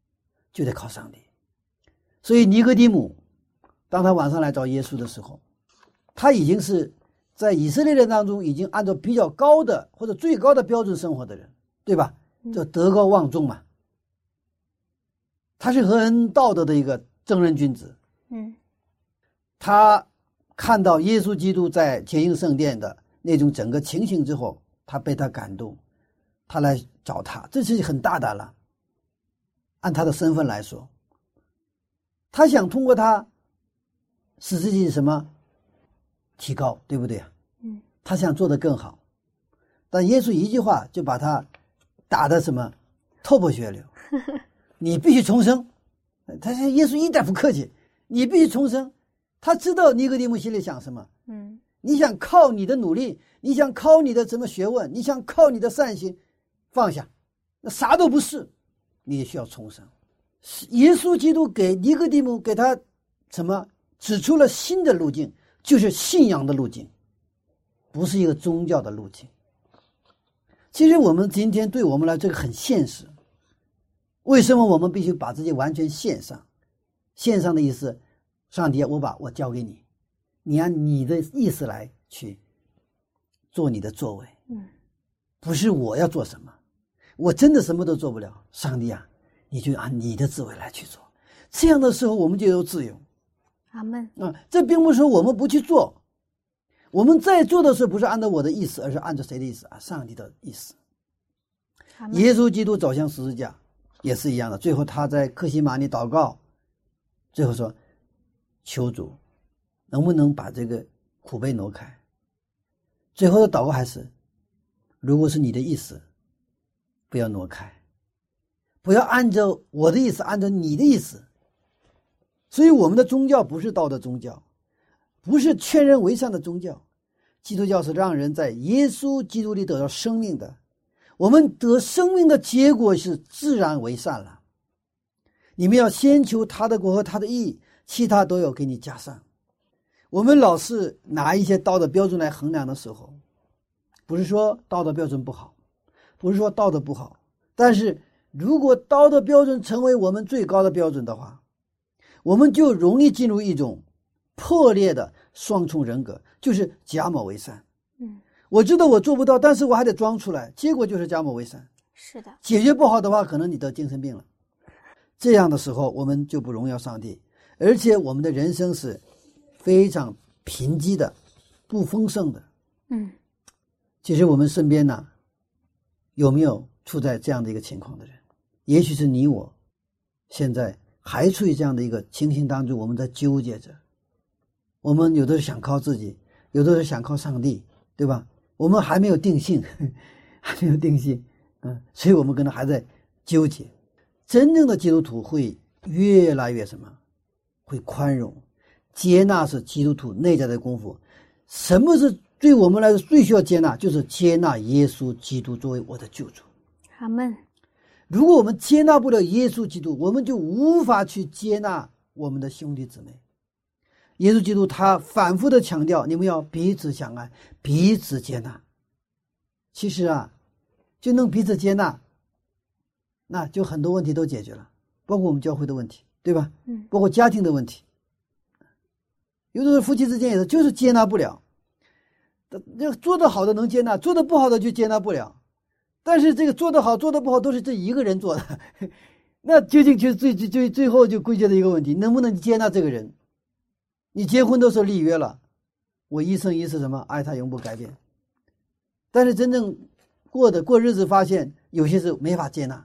就得靠上帝。所以尼哥底母当他晚上来找耶稣的时候，他已经是在以色列人当中已经按照比较高的或者最高的标准生活的人，对吧？这德高望重嘛，他是很道德的一个正人君子。 嗯， 他看到耶稣基督在洁净圣殿的那种整个情形之后，他被他感动，他来找他，这是很大胆了。按他的身份来说，他想通过他使自己什么提高，对不对啊？ 嗯， 他想做得更好，但耶稣一句话就把他打得什么头破血流。你必须重生。他说耶稣一点不客气，你必须重生。他知道尼哥底母心里想什么。 嗯， 你想靠你的努力，你想靠你的什么学问，你想靠你的善心，放下，那啥都不是，你也需要重生。耶稣基督给尼哥底母给他什么指出了新的路径，就是信仰的路径，不是一个宗教的路径。其实我们今天对我们来这个很现实，为什么我们必须把自己完全献上？献上的意思，上帝，我把我交给你，你按你的意思来去做你的作为。 嗯， 不是我要做什么，我真的什么都做不了。上帝啊，你就按你的滋味来去做。这样的时候，我们就有自由。 阿们啊，这并不是说我们不去做，我们在做的时候不是按照我的意思，而是按照谁的意思啊？上帝的意思。耶稣基督走向十字架也是一样的，最后他在客西马尼祷告，最后说求主能不能把这个苦杯挪开。最后的祷告还是，如果是你的意思，不要挪开，不要按照我的意思，按照你的意思。所以我们的宗教不是道德宗教，不是劝人为善的宗教，基督教是让人在耶稣基督里得到生命的。我们得生命的结果是自然为善了。你们要先求他的国和他的义，其他都要给你加上。我们老是拿一些道德标准来衡量的时候，不是说道德标准不好，不是说道德不好，但是如果道德标准成为我们最高的标准的话，我们就容易进入一种破裂的双重人格，就是假冒为善。 嗯， 我知道我做不到，但是我还得装出来，结果就是假冒为善。 是的， 解决不好的话，可能你得精神病了。这样的时候，我们就不荣耀上帝，而且我们的人生是非常贫瘠的，不丰盛的。 嗯， 其实我们身边呢，有没有处在这样的一个情况的人？也许是你我，现在还处于这样的一个情形当中，我们在纠结着。我们有的是想靠自己，有的是想靠上帝，对吧？我们还没有定性，还没有定性，嗯，所以我们可能还在纠结。真正的基督徒会越来越什么？会宽容、接纳，是基督徒内在的功夫。什么是对我们来说最需要接纳？就是接纳耶稣基督作为我的救主。 阿们。 如果我们接纳不了耶稣基督，我们就无法去接纳我们的兄弟姊妹。耶稣基督他反复的强调，你们要彼此相爱，彼此接纳。其实啊，就能彼此接纳，那就很多问题都解决了，包括我们教会的问题，对吧？ 嗯， 包括家庭的问题。有的时候夫妻之间也是，就是接纳不了。那做得好的能接纳，做得不好的就接纳不了。但是这个做得好做得不好都是这一个人做的，那究竟就最最最最后就归结的一个问题，能不能接纳这个人？你结婚都是立约了，我一生一世什么爱他永不改变，但是真正过的过日子发现有些是没法接纳。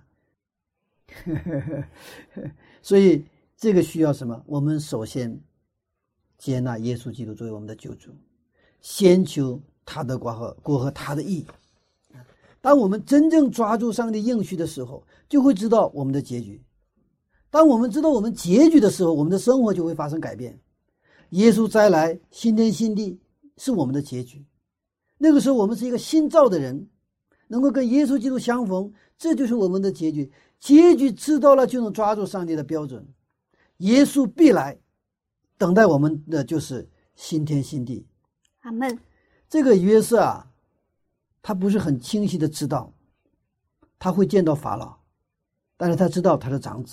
所以这个需要什么？我们首先接纳耶稣基督作为我们的救主，先求他的国和国和他的义。当我们真正抓住上帝应许的时候，就会知道我们的结局。当我们知道我们结局的时候，我们的生活就会发生改变。耶稣再来，新天新地是我们的结局。那个时候我们是一个新造的人，能够跟耶稣基督相逢，这就是我们的结局。结局知道了，就能抓住上帝的标准。耶稣必来，等待我们的就是新天新地。 阿们。 这个约瑟啊，他不是很清晰的知道他会见到法老，但是他知道他是长子，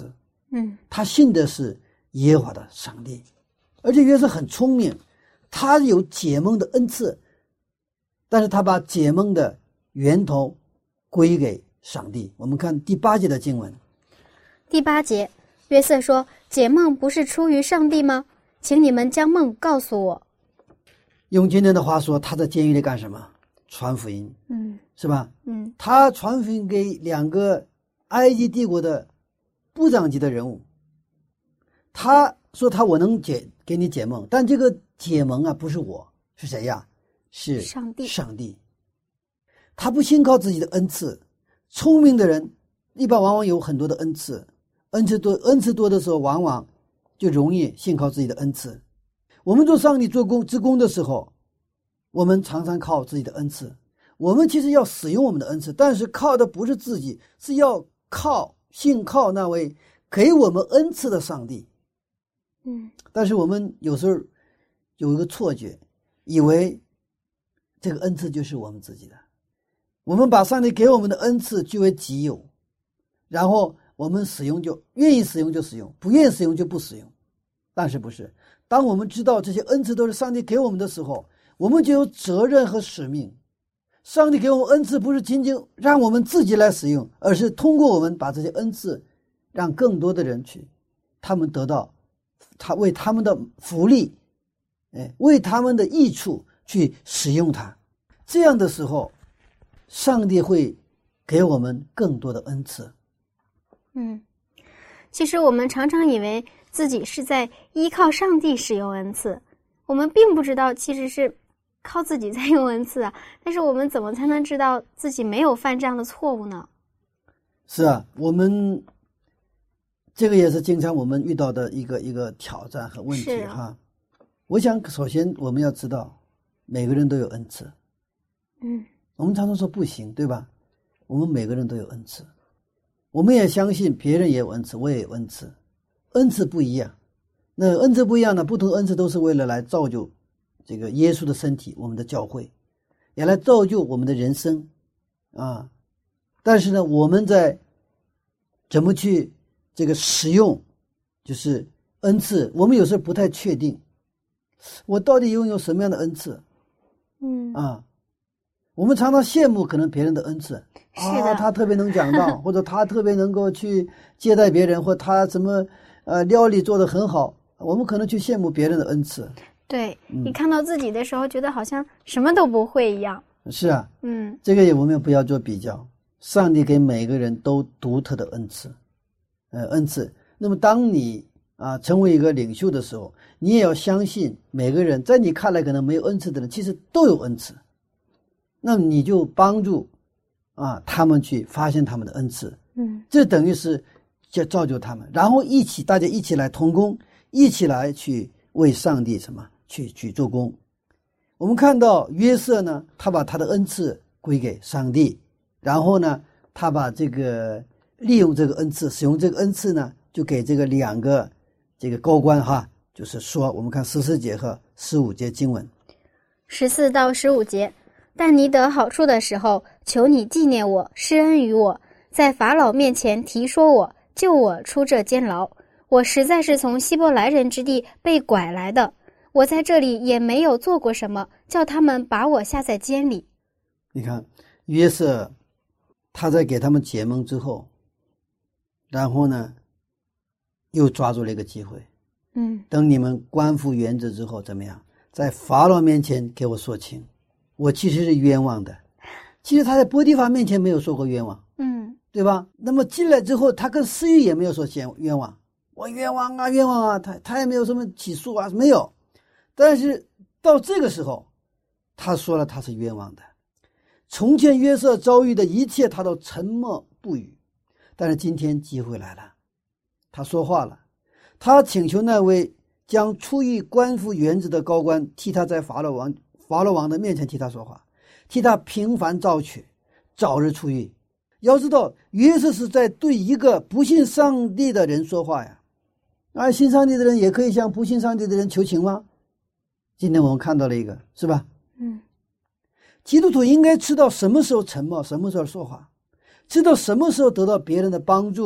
嗯， 他信的是耶和华的上帝，而且约瑟很聪明，他有解梦的恩赐，但是他把解梦的源头归给上帝。我们看第八节的经文。 第八节，约瑟说：“解梦不是出于上帝吗？请你们将梦告诉我。” 用今天的话说，他在监狱里干什么？传福音， 嗯， 是吧？ 嗯， 他传福音给两个埃及帝国的部长级的人物。他说他我能解给你解梦，但这个解梦啊不是我，是谁呀？是上帝。 上帝。他不信靠自己的恩赐。聪明的人一般往往有很多的恩赐，恩赐多恩赐多的时候，往往就容易信靠自己的恩赐。我们做上帝做工之工的时候，我们常常靠自己的恩赐。我们其实要使用我们的恩赐，但是靠的不是自己，是要靠信靠那位给我们恩赐的上帝。 嗯， 但是我们有时候有一个错觉，以为这个恩赐就是我们自己的，我们把上帝给我们的恩赐据为己有，然后我们使用就愿意使用就使用，不愿意使用就不使用。但是不是，当我们知道这些恩赐都是上帝给我们的时候，我们就有责任和使命。上帝给我们恩赐不是仅仅让我们自己来使用，而是通过我们把这些恩赐让更多的人去，他们得到他为他们的福利，哎，为他们的益处去使用它。这样的时候，上帝会给我们更多的恩赐。 嗯，其实我们常常以为自己是在依靠上帝使用恩赐，我们并不知道其实是靠自己在用恩赐啊。但是我们怎么才能知道自己没有犯这样的错误呢？ 是啊，我们这个也是经常我们遇到的一个一个挑战和问题哈。我想首先我们要知道每个人都有恩赐。 嗯， 我们常常说不行，对吧？我们每个人都有恩赐，我们也相信别人也有恩赐，我也有恩赐，恩赐不一样。那恩赐不一样呢，不同恩赐都是为了来造就这个耶稣的身体，我们的教会，也来造就我们的人生啊。但是呢，我们在怎么去这个使用就是恩赐，我们有时候不太确定我到底拥有什么样的恩赐。 嗯啊，我们常常羡慕可能别人的恩赐， 是的啊，他特别能讲道，或者他特别能够去接待别人，或他怎么呃料理做得很好，我们可能去羡慕别人的恩赐。 对， 嗯你看到自己的时候觉得好像什么都不会一样。 是啊， 嗯这个也我们不要做比较，上帝给每个人都独特的恩赐，呃，恩赐。那么当你啊成为一个领袖的时候，你也要相信每个人在你看来可能没有恩赐的人，其实都有恩赐。那么你就帮助啊他们去发现他们的恩赐， 嗯这等于是就造就他们，然后一起大家一起来同工，一起来去为上帝什么去去做工。我们看到约瑟呢，他把他的恩赐归给上帝，然后呢他把这个利用这个恩赐，使用这个恩赐呢，就给这个两个这个高官哈，就是说我们看十四节和十五节经文。 十四到十五节，但你得好处的时候，求你纪念我，施恩于我，在法老面前提说我，救我出这监牢。我实在是从希伯来人之地被拐来的，我在这里也没有做过什么，叫他们把我下在监里。 你看约瑟他在给他们解梦之后，然后呢又抓住了一个机会， 嗯等你们官复原职之后怎么样，在法老面前给我说清，我其实是冤枉的。其实他在波提乏面前没有说过冤枉， 嗯对吧？那么进来之后，他跟司狱也没有说冤枉，我冤枉啊冤枉啊，他他也没有什么起诉啊，没有。但是到这个时候，他说了他是冤枉的。从前约瑟遭遇的一切，他都沉默不语。但是今天机会来了，他说话了，他请求那位将出狱官复原职的高官替他在法老王法老王的面前替他说话，替他平反遭取，早日出狱。要知道约瑟是在对一个不信上帝的人说话呀，而信上帝的人也可以向不信上帝的人求情吗？今天我们看到了一个，是吧？ 嗯基督徒应该知道什么时候沉默，什么时候说话，知道什么时候得到别人的帮助，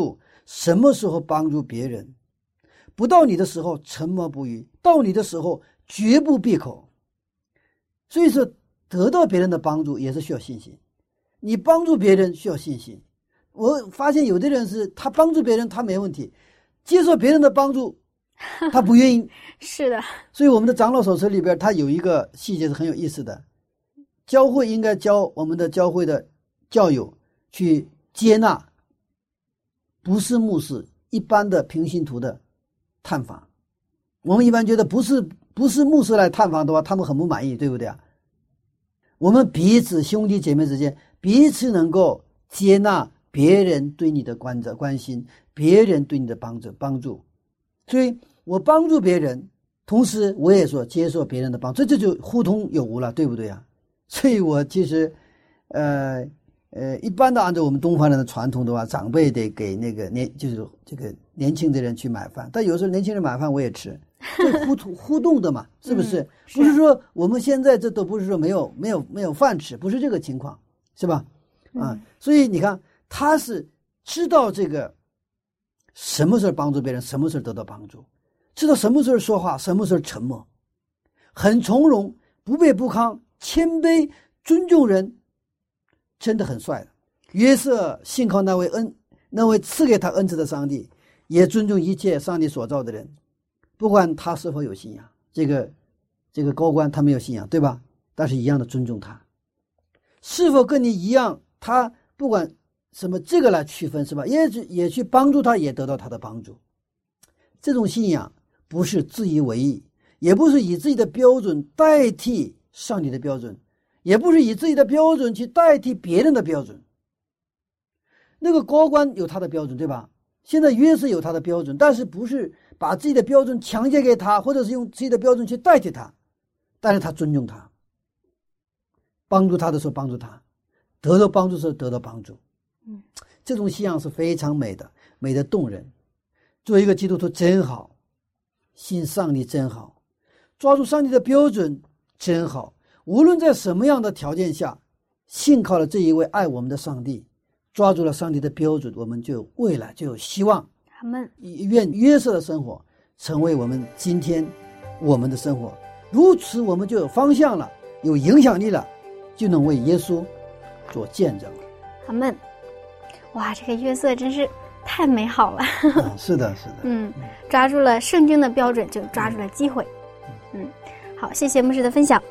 什么时候帮助别人，不到你的时候沉默不语，到你的时候绝不闭口。所以说得到别人的帮助也是需要信心，你帮助别人需要信心。我发现有的人是他帮助别人他没问题，接受别人的帮助他不愿意。 是的， 所以我们的长老手册里边他有一个细节是很有意思的，教会应该教我们的教会的教友去接纳不是牧师一般的平信徒的探访。我们一般觉得不是不是牧师来探访的话，他们很不满意，对不对啊？我们彼此兄弟姐妹之间彼此能够接纳别人对你的关照关心，别人对你的帮助帮助。所以我帮助别人，同时我也说接受别人的帮助，这就互通有无了，对不对啊？所以我其实呃呃一般的按照我们东方人的传统的话，长辈得给那个年就是这个年轻的人去买饭，但有时候年轻人买饭我也吃，这互互动的嘛，是不是？嗯、是不是说我们现在这都不是说没有没有没有饭吃，不是这个情况，是吧？啊， 嗯、 所以你看他是知道这个什么时候帮助别人，什么时候得到帮助，知道什么时候说话，什么时候沉默，很从容，不卑不亢，谦卑，尊重人，真的很帅的。约瑟信靠那位恩那位赐给他恩赐的上帝，也尊重一切上帝所造的人，不管他是否有信仰。这个这个高官他没有信仰，对吧？但是一样的尊重他，是否跟你一样，他不管什么这个来区分，是吧？也也去帮助他，也得到他的帮助。这种信仰不是自以为意，也不是以自己的标准代替上帝的标准，也不是以自己的标准去代替别人的标准。那个高官有他的标准，对吧？现在约瑟有他的标准，但是不是把自己的标准强加给他，或者是用自己的标准去代替他，但是他尊重他，帮助他的时候帮助他，得到帮助的时候得到帮助。 嗯， 这种信仰是非常美的，美得动人。做一个基督徒真好，信上帝真好，抓住上帝的标准真好。无论在什么样的条件下，信靠了这一位爱我们的上帝，抓住了上帝的标准，我们就有未来，就有希望。 阿们。 愿约瑟的生活成为我们今天我们的生活，如此我们就有方向了，有影响力了，就能为耶稣做见证了。 阿们。哇，这个约瑟真是太美好了。 嗯、是的，是的。 嗯，抓住了圣经的标准，就抓住了机会。嗯，好，谢谢牧师的分享。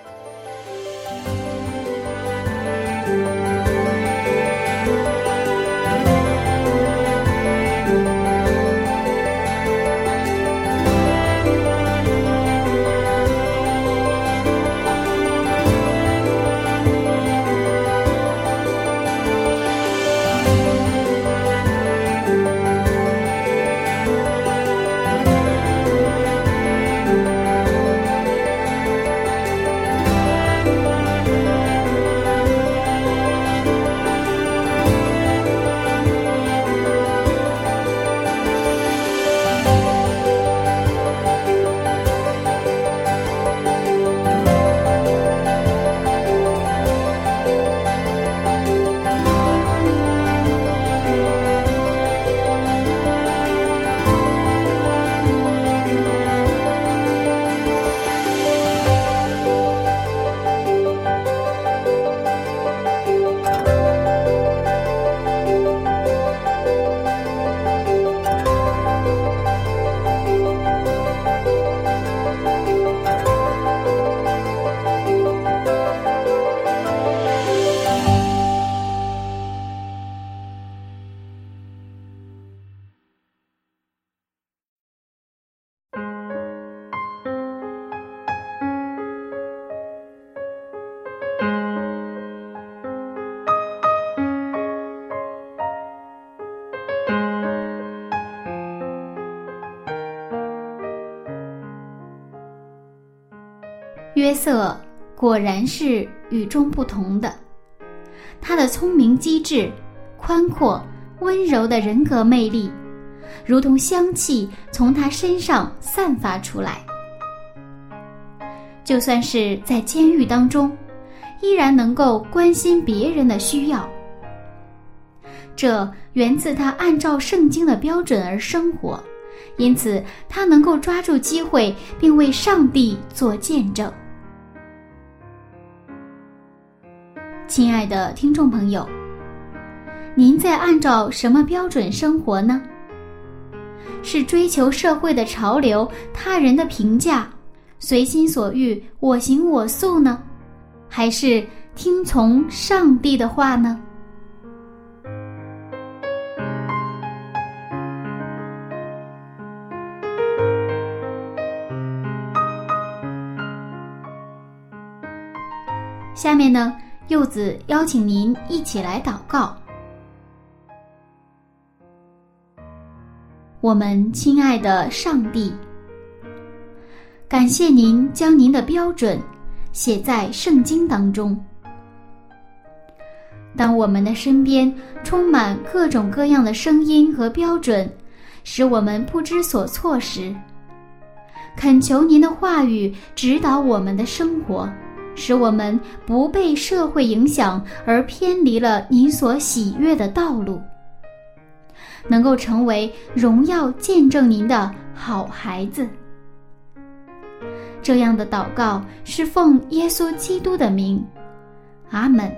约瑟果然是与众不同的，他的聪明机智、宽阔、温柔的人格魅力，如同香气从他身上散发出来。就算是在监狱当中，依然能够关心别人的需要。 这源自他按照圣经的标准而生活，因此他能够抓住机会并为上帝做见证。亲爱的听众朋友，您在按照什么标准生活呢？是追求社会的潮流、他人的评价，随心所欲、我行我素呢？还是听从上帝的话呢？下面呢，柚子邀请您一起来祷告。我们亲爱的上帝，感谢您将您的标准写在圣经当中。当我们的身边充满各种各样的声音和标准，使我们不知所措时，恳求您的话语指导我们的生活，使我们不被社会影响而偏离了您所喜悦的道路，能够成为荣耀见证您的好孩子。这样的祷告是奉耶稣基督的名，阿们。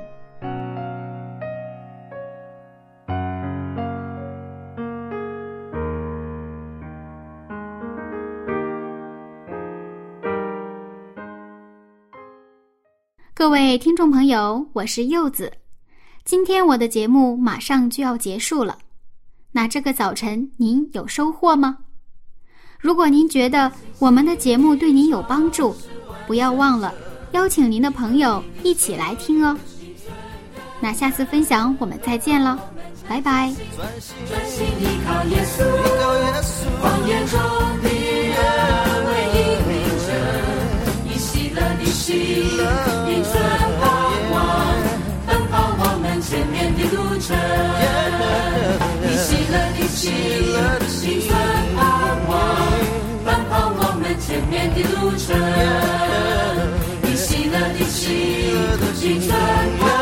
各位听众朋友，我是柚子。今天我的节目马上就要结束了，那这个早晨您有收获吗？如果您觉得我们的节目对您有帮助，不要忘了邀请您的朋友一起来听哦。那下次分享我们再见了，拜拜。 专心依靠耶稣，旷野中的人为引领着，以喜乐的心，以存盼望，奔跑我们前面的路程。以喜乐的心，以存盼望，奔跑我们前面的路程。以喜乐的心，以存盼望。